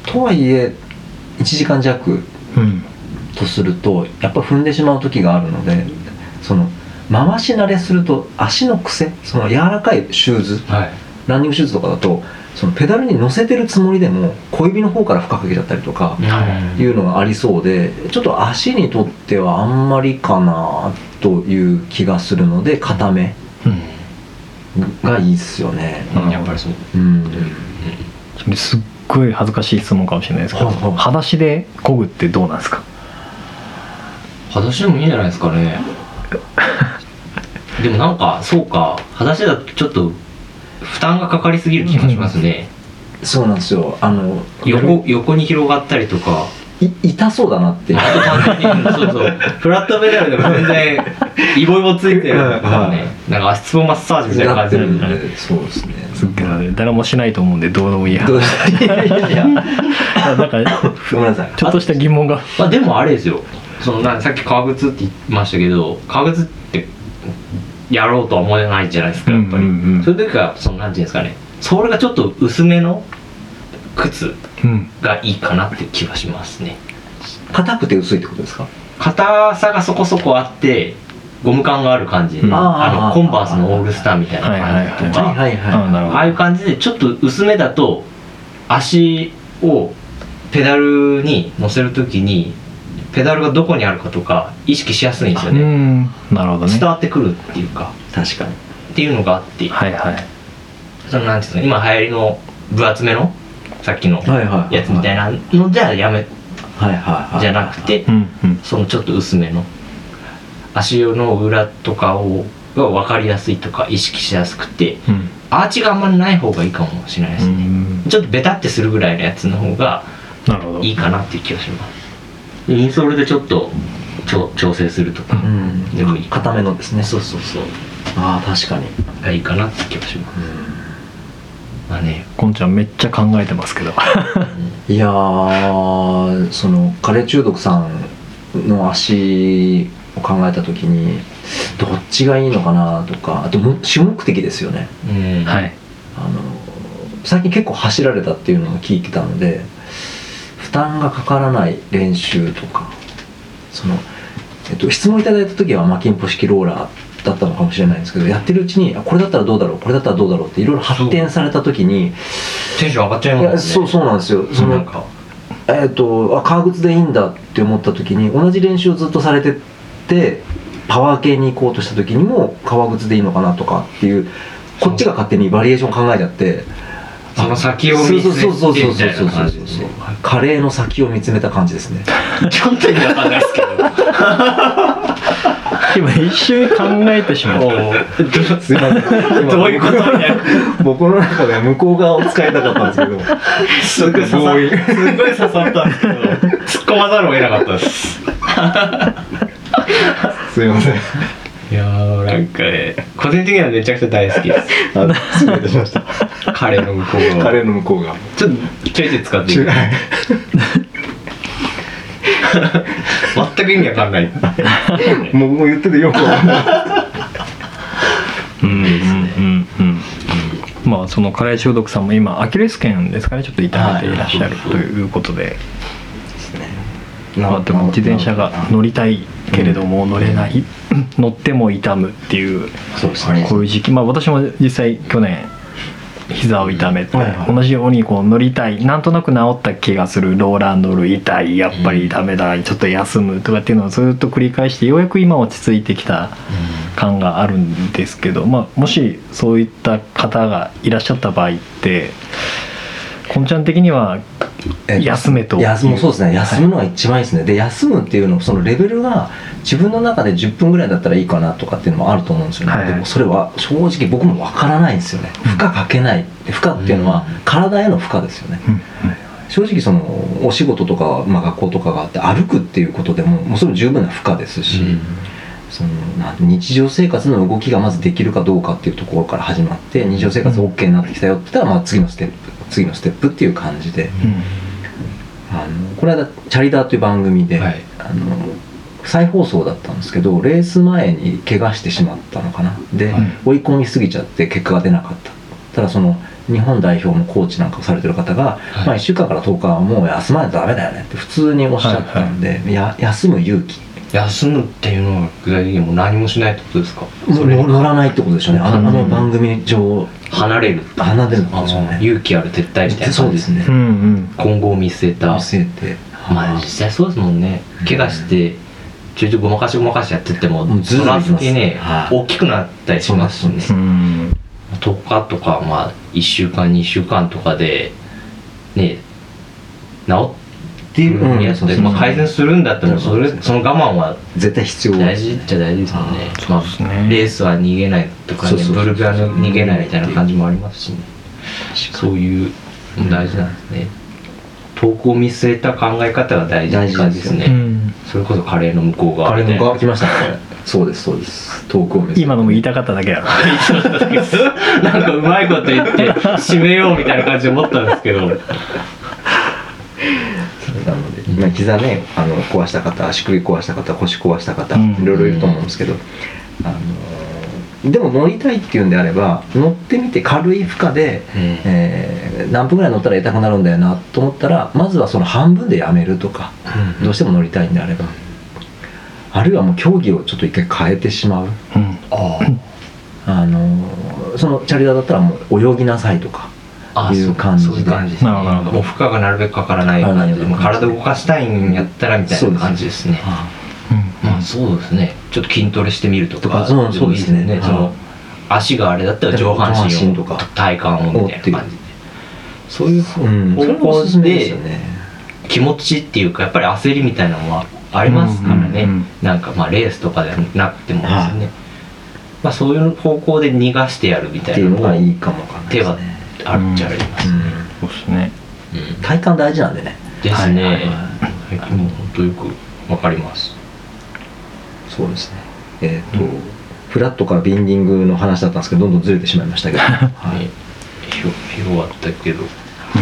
とはいえいちじかん弱うんとするとやっぱ踏んでしまう時があるので、その回し慣れすると足の癖、その柔らかいシューズ、 はい、 ランニングシューズとかだとそのペダルに乗せてるつもりでも小指の方から負荷かけちゃったりとかいうのがありそうで、ちょっと足にとってはあんまりかなという気がするので固めがいいっすよね。 うん、やっぱりそう、 うん、 それすっごい恥ずかしい質問かもしれないですけど、 はいはい裸足で漕ぐってどうなんですか？ 裸足でもいいんじゃないですかね。でもなんかそうか、裸足だとちょっと負担がかかりすぎる気がしますね。 そうなんですよ。あの横横に広がったりとか、 い痛そうだなって。 あと単純にそうそうフラットペダルでも全然イボイボついてるからね、なんか足つぼマッサージみたいな感じで、 で、そうですね。 すっげえ誰もしないと思うんでどうでもいいや。 どうしたいやいやいや。 なんかごめんなさい。 ちょっとした疑問が。 まあでもあれですよ、そのなさっき革靴って言いましたけど、革靴ってやろうとは思えないじゃないですか、やっぱり、 うんうんうん、 そういう時はそのなんていうんですかね、ソールがちょっと薄めの靴がいいかなっていう気はしますね。 硬くて薄いってことですか？ 硬さがそこそこあってゴム感がある感じ、 うん、 あのコンバースのオールスターみたいな感じとか、 はいはいはい、 ああいう感じでちょっと薄めだと足をペダルに乗せるときにペダルがどこにあるかとか意識しやすいんですよね。 うん、なるほどね。 伝わってくるっていうか、 確かにっていうのがあって、 はいはい、 そのなんていうの、今流行りの分厚めのさっきのやつみたいなのじゃやめ、 はいはいはい、 じゃなくて、 うんうん、 そのちょっと薄めの足の裏とかをが分かりやすいとか意識しやすくて、 うん、 アーチがあんまりない方がいいかもしれないですね、うん、ちょっとベタってするぐらいのやつの方がいいかなっていう気がします。インソールでちょっと調調整するとか、うん、でもいい、 固めのですね。 そうそうそう、 ああ確かにがいいかなって気がします、うん、まあね、 こんちゃんめっちゃ考えてますけどいやー、そのカレー中毒さんの足を考えた時にどっちがいいのかなとか、あと主目的ですよね、 うん、はい、 あの最近結構走られたっていうのも聞いてたので、負担がかからない練習とか、その、えっと、質問いただいた時はマキンポ式ローラーだったのかもしれないんですけど、やってるうちにこれだったらどうだろうこれだったらどうだろうっていろいろ発展された時にテンション上がっちゃいますね。 そうそうなんですよ。そのなんか、えっと、あ革靴でいいんだって思った時に同じ練習をずっとされててパワー系に行こうとした時にも革靴でいいのかなとかっていう、こっちが勝手にバリエーション考えちゃって、 その先を見つめてみたいな感じですね。 カレーの先を見つめた感じですね。 ちょっと意味わかんないですけど今一瞬考えてしまった。 すいません、 どういうことみたいな。 僕の中で向こう側を使いたかったんですけどすごい刺さったすごい刺さったんですけど突っ込まざるを得なかったですすいません。 いやー、なんかね、個人的にはめちゃくちゃ大好きです。 あ、失礼いたしました。 カレーの向こう側、 カレーの向こう側ちょっとちょいちょい使っていい全く意味わかんないもうもう言っててよくわかんないうんうんうんうん、まあそのカレー中毒さんも今アキレス腱ですかね、ちょっと痛めていらっしゃるということで、まあでも自転車が乗りたいけれども乗れない、乗っても痛むっていう、 そうですね、 こういう時期、まあ私も実際去年膝を痛めて、 はいはい、 同じようにこう乗りたい、なんとなく治った気がする、ローラー乗る、痛い、やっぱりダメだ、ちょっと休むとかっていうのをずっと繰り返して、ようやく今落ち着いてきた感があるんですけど、まあ、もしそういった方がいらっしゃった場合ってこんちゃん的には休めと、 いやもうそうですね、休むのが一番いいですね。で休むっていうのもそのレベルが自分の中でじゅっぷんぐらいだったらいいかなとかっていうのもあると思うんですよね、はいはい、でもそれは正直僕もわからないんですよね。負荷かけない、負荷っていうのは体への負荷ですよね、うんうん、正直そのお仕事とか、まあ、学校とかがあって歩くっていうことでももうそれも十分な負荷ですし、うん、その日常生活の動きがまずできるかどうかっていうところから始まって、日常生活 OK になってきたよって言ったら、まあ次のステップ次のステップっていう感じで、うん、あのこれはチャリダーという番組で、はい、あの再放送だったんですけど、レース前に怪我してしまったのかなで、はい、追い込みすぎちゃって結果が出なかった。ただその日本代表のコーチなんかをされてる方が、はい、まあ、いっしゅうかんからとおかはもう休まないとダメだよねって普通におっしゃったんで、はいはい、や休む勇気、 休むっていうのは具体的にもう何もしないってことですか？ もう乗らないってことでしょうね。あの、あの番組上離れる離れるってことでしょうね。 勇気ある撤退みたいな。 そうですね、 うんうん、 今後を見据えた、 見据えて、 まあ実際そうですもんね。怪我してちょいちょいごまかしごまかしやっててもずその先ね、大きくなったりしますしね。 うん、 とおかとか、まあいっしゅうかんにしゅうかんとかでね治っているのにやつで、まあ、改善するんだったらそれその我慢は絶対必要、 大事っちゃ大事ですもんね。 そうですね、 まあ、レースは逃げないとかね、ブルベは逃げないみたいな感じもありますしね。そういう大事なんですね。遠くを見据えた考え方が大事な感じですね。うん、それこそカレーの向こう側カレーの向こう側来ましたね。そうですそうです。遠くを見据えて。 今のも言いたかっただけやろ。 なんかうまいこと言って締めようみたいな感じで思ったんですけど。なので今膝ね、あの壊した方、足首壊した方、腰壊した方、 うん、 いろいろいると思うんですけど、あのでも乗りたいっていうんであれば乗ってみて軽い負荷で、うん、えー、何分ぐらい乗ったら痛くなるんだよなと思ったらまずはその半分でやめるとか、うん、どうしても乗りたいんであれば、あるいはもう競技をちょっと一回変えてしまう、うん、あ, あのそのチャリダーだったらもう泳ぎなさいとかいう感じで、 そういう感じですね。もう負荷がなるべくかからない感じで、もう体動かしたいんやったらみたいな感じですね。まあそうですね。ちょっと筋トレしてみるとか、 そうそうですね。 その足があれだったら上半身をとか体幹をみたいな感じで、そういう方向で気持ちっていうかやっぱり焦りみたいなのはありますからね。なんかまあレースとかでなくてもですね。まあそういう方向で逃がしてやるみたいなのがいいかもわかんないですね。手はあるっちゃありますね。 そうですね。 体幹大事なんでね。 ですね。最近も本当よくわかります。 そうですね。えっ、ー、と、うん、フラットからビンディングの話だったんですけどどんどんずれてしまいましたけど、はい、 広がったけど、うん、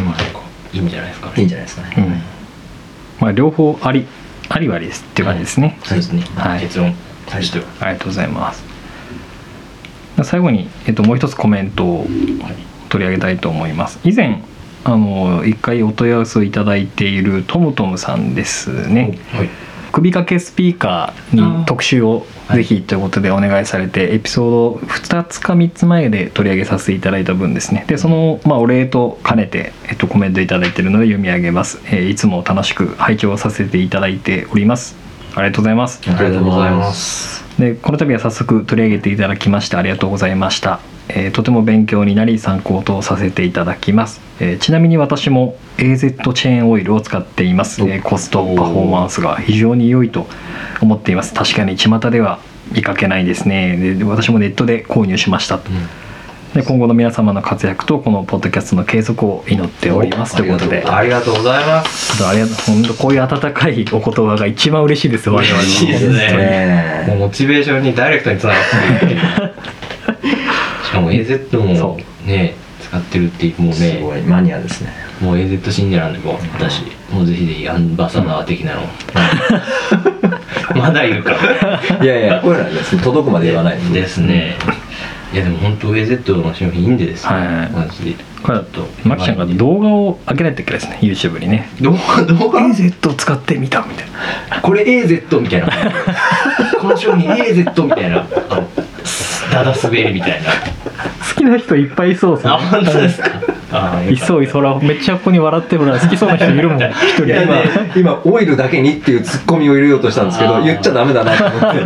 まあ、なんかいいんじゃないですかね。 いいんじゃないですかね。うん、 まあ両方ありありはりですっていう感じですね。 そうですね。はい、結論としては、 はい、ありがとうございます。最後に、えっと、もう一つコメントを取り上げたいと思います。以前あの一回お問い合わせをいただいているトムトムさんですね。はい、首掛けスピーカーに特集をぜひということでお願いされて、エピソードふたつかみっつまえで取り上げさせていただいた分ですね。でその、まあ、お礼と兼ねて、えっと、コメントいただいているので読み上げます。えー、いつも楽しく拝聴させていただいております。ありがとうございます。 ありがとうございます。 でこの度は早速取り上げていただきましてありがとうございました。えー、とても勉強になり参考とさせていただきます。えー、ちなみに私も エーゼット チェーンオイルを使っています。えー、コストパフォーマンスが非常に良いと思っています。確かに巷では見かけないですね。で私もネットで購入しましたと、うん、で今後の皆様の活躍とこのポッドキャストの継続を祈っておりますということで、 ありがとうございます。 ありがとう。本当こういう温かいお言葉が一番嬉しいですよ。我々 嬉しいですね。もうモチベーションにダイレクトにつながっているしかも エーゼット もね使ってるっていうもうねすごいマニアですね。 もう エーゼット 信者なんでもう私もうぜひぜひアンバサダー的なの、うん、まだいるからいやいやこれらですね届くまで言わないですね。いやでも本当 エーゼット の商品いいんでですね、はいはい、マジでこれだとマキちゃんが動画を上げないといけないですね YouTube にね。 動画動画エーゼット を使ってみたみたいな、 これ エーゼット みたいなこの商品 エーゼット みたいなあのダダ滑りみたいな好きな人いっぱいいそうですね。 あ本当ですか。あいそういそらめっちゃここに笑ってもらう好きそうな人いるもん一人。 いや今今オイルだけにっていうツッコミを入れようとしたんですけど言っちゃダメだなと思って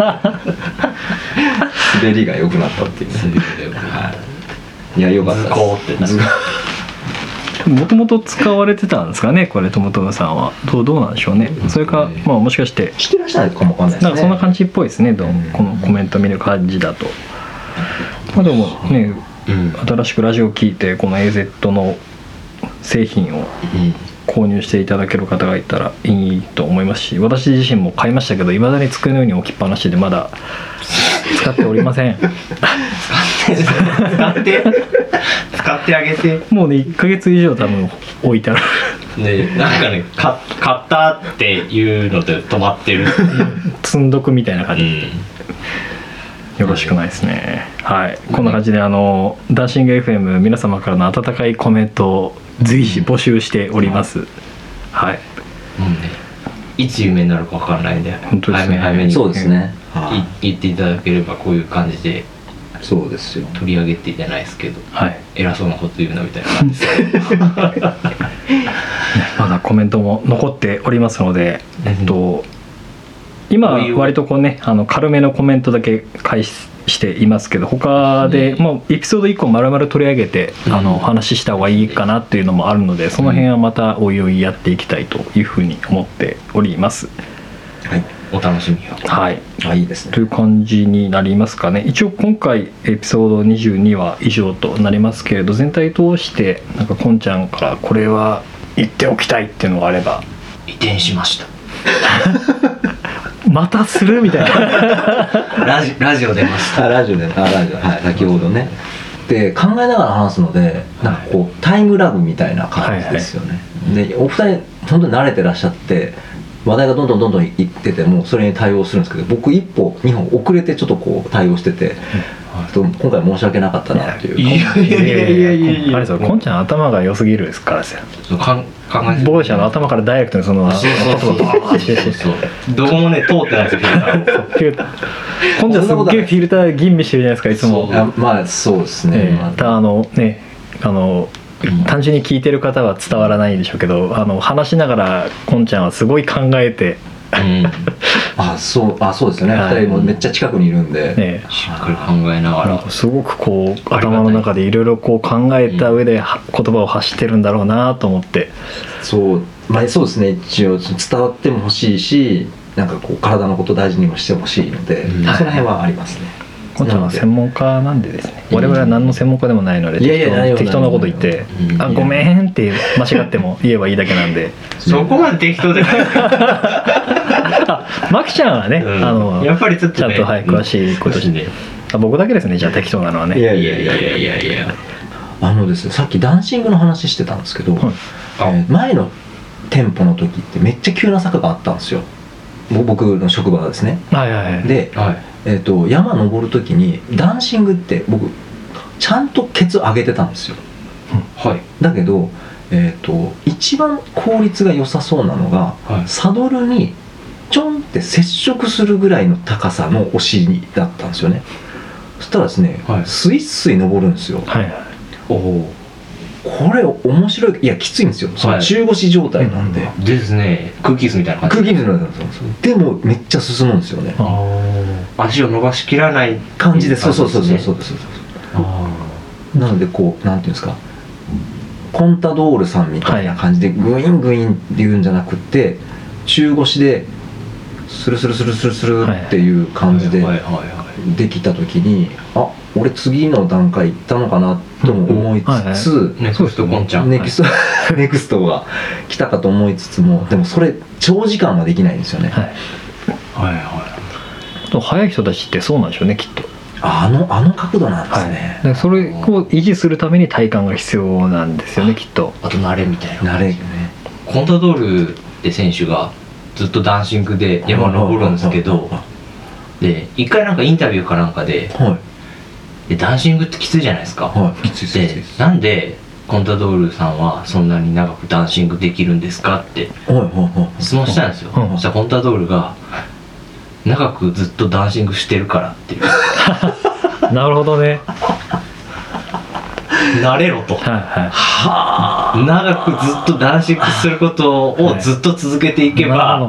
滑りが良くなったっていう、ね、滑りが良くなった。いや良かったです。ズコーってもともと使われてたんですかねこれトムトムさんは。どうどうなんでしょうね。それかまあもしかして知ってらっしゃるかもわかんないですね。 なんかそんな感じっぽいですね。どうこのコメント見る感じだと。まあでもね、うん、新しくラジオを聞いてこの エーゼット の製品を購入していただける方がいたらいいと思いますし、私自身も買いましたけどいまだに机の上に置きっぱなしでまだ使っておりません。使って使ってあげて。 もうねいっかげつ以上多分置いてあるね。なんかねか買ったっていうので止まってる積んどくみたいな感じ、 よろしくないですね。はい、こんな感じであのダンシング エフエム 皆様からの温かいコメントを随時募集しております。はい。 もうね、いつ有名になるかわからないんで、 本当ですね。 早め早めにそうですね。 言っていただければこういう感じで。 そうですよ。 取り上げてじゃないですけど、 はい、 偉そうなこと言うなみたいな感じですけどまだコメントも残っておりますので、えっと今割とこうね、あの軽めのコメントだけ返していますけど、他でもうエピソードいっこ丸々取り上げて、うん、あの話した方がいいかなっていうのもあるので、その辺はまたおいおいやっていきたいというふうに思っております。 はい、お楽しみを。 はい、 あ、いいですね。 という感じになりますかね。一応今回エピソードにじゅうには以上となりますけれど、全体通してなんかこんちゃんからこれは言っておきたいっていうのがあれば。 移転しましたまたするみたいなラジラジオ出ました。 あ、ラジオで、あ、ラジオ、はい、先ほどね。で、考えながら話すので、なんかこうタイムラグみたいな感じですよね。はいはい、で、お二人本当に慣れてらっしゃって。話題がどんどんどんどんいっててもそれに対応するんですけど、僕一歩二歩遅れてちょっとこう対応してて、うん、今回申し訳なかったなっていう。 いやいやいやいやいやいや、 あれですよ、こんちゃん頭が良すぎるですからですよ。ボーシャの頭からダイレクトにそのそうそうそうどこもね通ってないですよ。 こんちゃんすっげえフィルター吟味してるじゃないですか、いつも。 まあそうですね。 えー、あのねあの単純に聞いてる方は伝わらないんでしょうけど、あの話しながらこんちゃんはすごい考えて、うん、 あ、そうあそうですよね、はい、ふたりもめっちゃ近くにいるんで、 ね、 しっかり考えながらすごくこう頭の中でいろいろこう考えた上で、うん、言葉を発してるんだろうなと思って。 そう、まあ、そうですね、一応伝わっても欲しいし、なんかこう体のこと大事にもしてほしいので、うん、その辺はありますね。 こんちゃんは専門家なんでですね、我々は何の専門家でもないので、適当、適当なこと言って「あ、ごめん」って間違っても言えばいいだけなんで。 そこまで適当じゃないですか。 マキちゃんはね、うん、あのやっぱりちょっと、ね、 ちゃんと、はい、詳しいことして、うん、僕だけですね、じゃあ適当なのはね。 いやいやいやいやいやいや、あのですね、さっきダンシングの話してたんですけど、はい、えー、前の店舗の時ってめっちゃ急な坂があったんですよ、僕の職場がですね。 はいはいはい、 で、はい、えー、と山登る時にダンシングって僕ちゃんとケツ上げてたんですよ、 うん、はい、 だけど、えー、と一番効率が良さそうなのが、はい、サドルにちょんって接触するぐらいの高さのお尻だったんですよね。そしたらですね、はい、スイスイ登るんですよ、はいはい、おお、これ面白い。いやきついんですよ、その中腰状態なんで、はい、 うん、ですね、空気椅子みたいな感じ。 空気椅子みたいな感じでもめっちゃ進むんですよね。 あ、足を伸ばしきらない感じで、そうそうそうそうそうそう。あ、なのでこうなんていうんですか、コンタドールさんみたいな感じでグイングインっていうんじゃなくて、中腰でスルスルスルスルスルっていう感じでできた時に、あ、俺次の段階行ったのかなとも思いつつ、 ネクストコンちゃん、 ネクストネクストが来たかと思いつつも、でもそれ長時間はできないんですよね。はいはいはい。 速い人たちってそうなんでしょうね、きっと。 あのあの角度なんですね。 はい、それを維持するために体幹が必要なんですよね、きっと。 あと慣れみたいな。 慣れね。 コンタドールって選手がずっとダンシングで山登るんですけど、で一回なんかインタビューかなんかで、はい、でダンシングってきついじゃないですか。はい、きついです。でなんでコンタドールさんはそんなに長くダンシングできるんですかって質問したんですよ。そしたらコンタドールが長くずっとダンシングしてるからっていう。 なるほどね。 慣れろと。はいはい、はあ、長くずっとダンシングすることをずっと続けていけば、はい、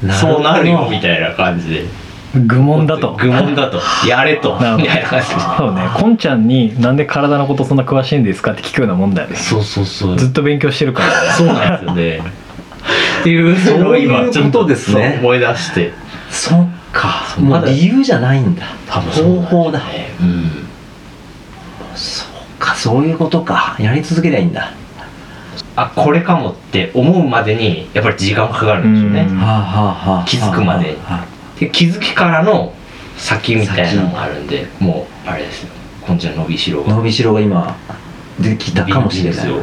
そうなるよみたいな感じで。 愚問だと。 愚問だと。やれと。みたいな感じで。 そうね。こんちゃんになんで体のことそんな詳しいんですかって聞くようなもんだよね。 そうそうそう。 ずっと勉強してるから、ね。 そうなんですよね。っていうのを今ちょっとですね。思い出して。 そっか。もう理由じゃないんだ。 多分方法だ。うん。 そうか、そういうことか。やり続けりゃいいんだ。 あ、これかもって思うまでにやっぱり時間がかかるんですよね。気づくまで。で気づきからの先みたいなのがあるんで、もうあれですよ。こんちゃん伸びしろが。 伸びしろが今できたかもしれない。 もう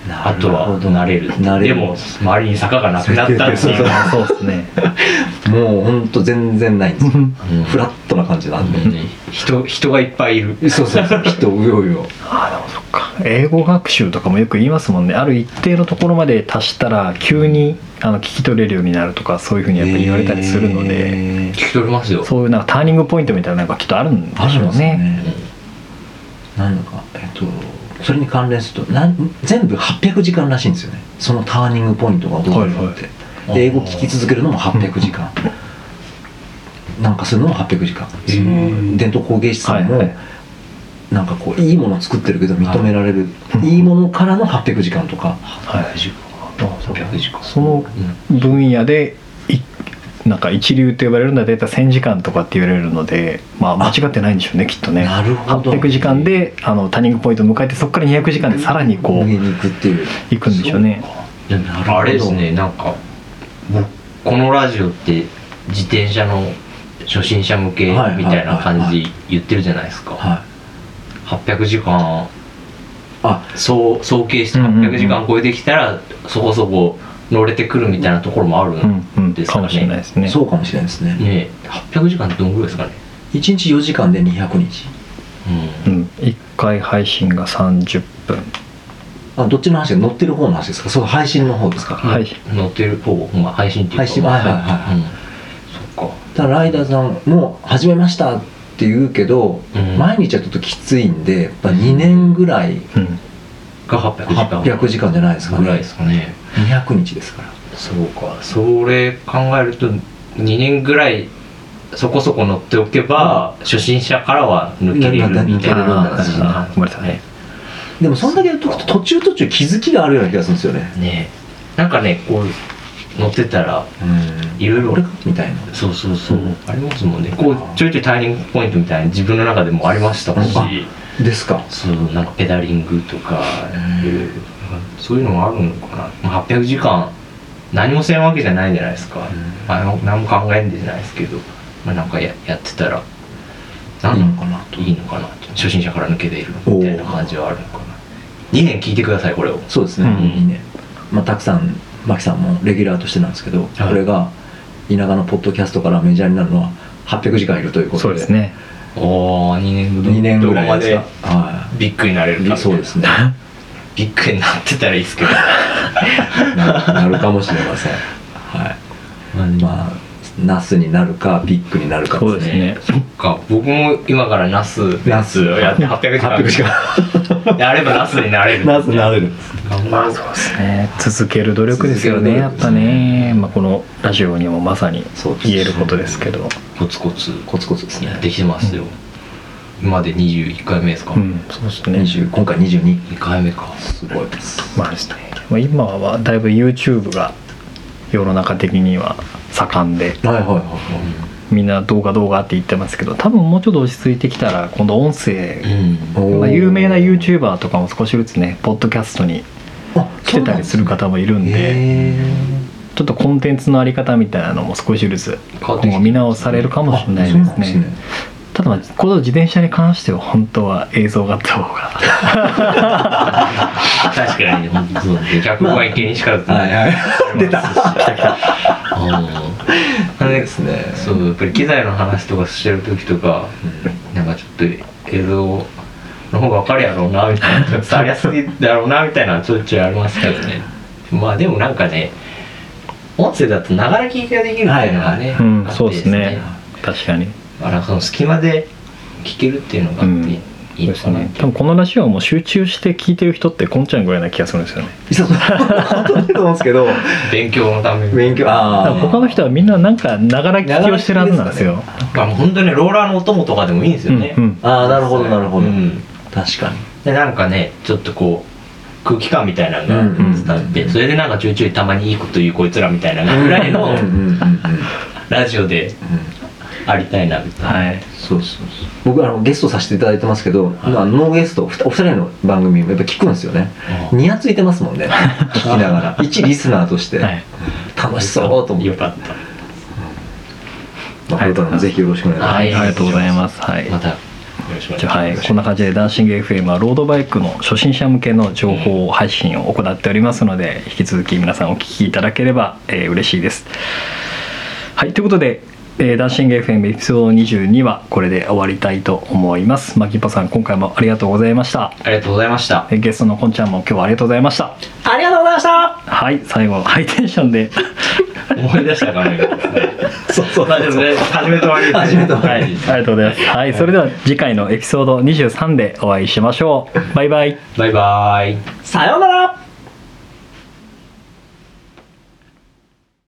あとは慣れる慣れるでも周りに坂がなくなったっていうそうですねもうほんと全然ないんですよ、 うんフラットな感じなんで、 うんね人人がいっぱいいるそうそうそう人うようよあでもそっか英語学習とかもよく言いますもんね。ある一定のところまで達したら急にあの聞き取れるようになるとかそういうふうにやっぱり言われたりするので、 えー聞き取れますよ。 そういうなんかターニングポイントみたいなのがきっとあるんであるんですしょうね。 ねなんだかえっとそれに関連するとなん全部はっぴゃくじかんらしいんですよね。そのターニングポイントがどうなるのって、 はいはい英語聞き続けるのもはっぴゃくじかん、なんかするのもはっぴゃくじかん、その伝統工芸士さんも、 はいはいなんかこういいものを作ってるけど認められる、いいものからのはっぴゃくじかんとか、 はいはっぴゃくじかんその分野でいなんか一流と呼ばれるのは大体せんじかんとかって言われるので、まあ、間違ってないんでしょうねきっとね。 なるほどはっぴゃくじかんであのターニングポイントを迎えてそこからにひゃくじかんでさらにこう上に行くっていう行くんでしょうね。 いやなるほどあれですね、なんか僕このラジオって自転車の初心者向けみたいな感じで言ってるじゃないですか。 はいはっぴゃくじかんあ総総計してはっぴゃくじかん超えてきたらそこそこ乗れてくるみたいなところもあるうんうんんですかかもしれないね。 ですね。 そうかもしれないですねねえはっぴゃくじかんってどんぐらいですかね。 いちにちよじかんでにひゃくにちううんん、いっかい配信がさんじゅっぷん。 あどっちの話が乗ってる方の話ですか、その配信の方ですか、 はい乗ってる方、まあ、配信っていうか配信はいはいはいうんそっかただライダーさんもう始めましたって言うけど、 うん毎日はちょっときついんでやっぱにねんぐらいうんがはっぴゃくじかんはっぴゃくじかんじゃないですかねぐらいですかね。 にひゃくにちですからそうか、それ考えるとにねんぐらいそこそこ乗っておけば、初心者からは抜けれるみたい抜けれるんだな感じあなーごめんなさいね。 でもそんだけやっとくと途中途中気づきがあるような気がするんですよねねえなんかねこう乗ってたらうんいろいろこれかみたいなそうそうそう、 うんありますもんね。こうちょいちょいターニングポイントみたいな自分の中でもありましたし、 あですかそうなんかペダリングとかうんいろいろそういうのもあるのかな。まあはっぴゃくじかん何もせんわけじゃないじゃないですか。まあ、何も考えんでじゃないですけど、まあ、なんかややってたらなんいいのかなといいのかな初心者から抜けているみたいな感じはあるのかな。にねん聞いてくださいこれを。 そうですね、 うんいいね、まあ、たくさんマキさんもレギュラーとしてなんですけど、 はいこれが田舎のポッドキャストからメジャーになるのははっぴゃくじかんいるということでそうですね。 おおにねんにねんぐらまでいですか、はビッグになれるかみたいな。 そうですねビッグになってたらいいですけどななるかもしれませんはいまあでもまあナスになるかビッグになるかそうですね。 そっか僕も今からナスナスをやってはっぴゃくじかんはっぴゃくじかんやればナスになれる。 ナスになれる頑張ろう。 そうですね。続ける努力ですよね。やっぱね。まあこのラジオにもまさにそうです言えることですけど。 コツコツコツコツですねやってきてますよ。今までにじゅういっかいめですか。 うん、そうですね。 にじゅう今回にじゅうににかいめか。 すごいですまあですね。まあ今はだいぶ YouTube が世の中的には盛んで、 はいはいはいみんな動画動画って言ってますけど、多分もうちょっと落ち着いてきたら今度音声、 うん。 おーまあ、有名な YouTuber とかも少しずつねポッドキャストにあ来てたりする方もいるんで、 へちょっとコンテンツのあり方みたいなのも少しずつ今後見直されるかもしれないですね。ただまあこの自転車に関しては本当は映像があった方が確かに本当そうね。逆側に気にしかず。 はいはい出たうん。 ですねそうやっぱり機材の話とかしてる時とか、なんかちょっと映像の方が分かるやろうなみたいな、伝わりやすいだろうなみたいなちょいちょいありますけどね。まあでもなんかね、音声だとながら聞きができるっていうのがね、 うんあってそうですね。確かにだからその隙間で聞けるっていうのがあって、 うんいいのかなって多分このラジオはもう集中して聞いてる人ってこんちゃんぐらいな気がするんですよね。 そうそう本当だと思うんですけど勉強のために。 勉強ああ多分他の人はみんななんかながら聞きをしてるはずなんですよ。 まあ本当にローラーのお供とかでもいいんですよね。 うんうんああなるほどなるほど、 うん確かにでなんかねちょっとこう空気感みたいなのがうんうん伝わって、それでなんかちょいちょいたまにいいこと言うこいつらみたいなぐらいのうんうんうんうんラジオでありたいなみたいな。 はい。 そうそうそう僕あのゲストさせていただいてますけど、まあ、ノーゲストお二人の番組もやっぱ聞くんですよねうんニヤついてますもんね聞きながら一リスナーとしてはい。 楽しそうと思って、 よかった。 まあ、これからもぜひよろしくお願いします、 はいありがとうございます。はい。 またよろしくお願いしじゃあはい、 ます。 こんな感じでダンシング エフエム はロードバイクの初心者向けの情報配信を行っておりますので、引き続き皆さんお聞きいただければ、えー、嬉しいです。はい、ということで、えー、ダンシング エフエム エピソードにじゅうにはこれで終わりたいと思います。マキパさん、今回もありがとうございました。 ありがとうございました。 えーゲストのこんちゃんも今日はありがとうございました。 ありがとうございました。 はい、最後ハイテンションで思い出したからね。 そうそうまあでもね、初めと終わりですね。 初めと終わりはい、ありがとうございます。はい、それでは次回のエピソードにじゅうさんでお会いしましょう。バイバイ。 バイバイ。 さようなら。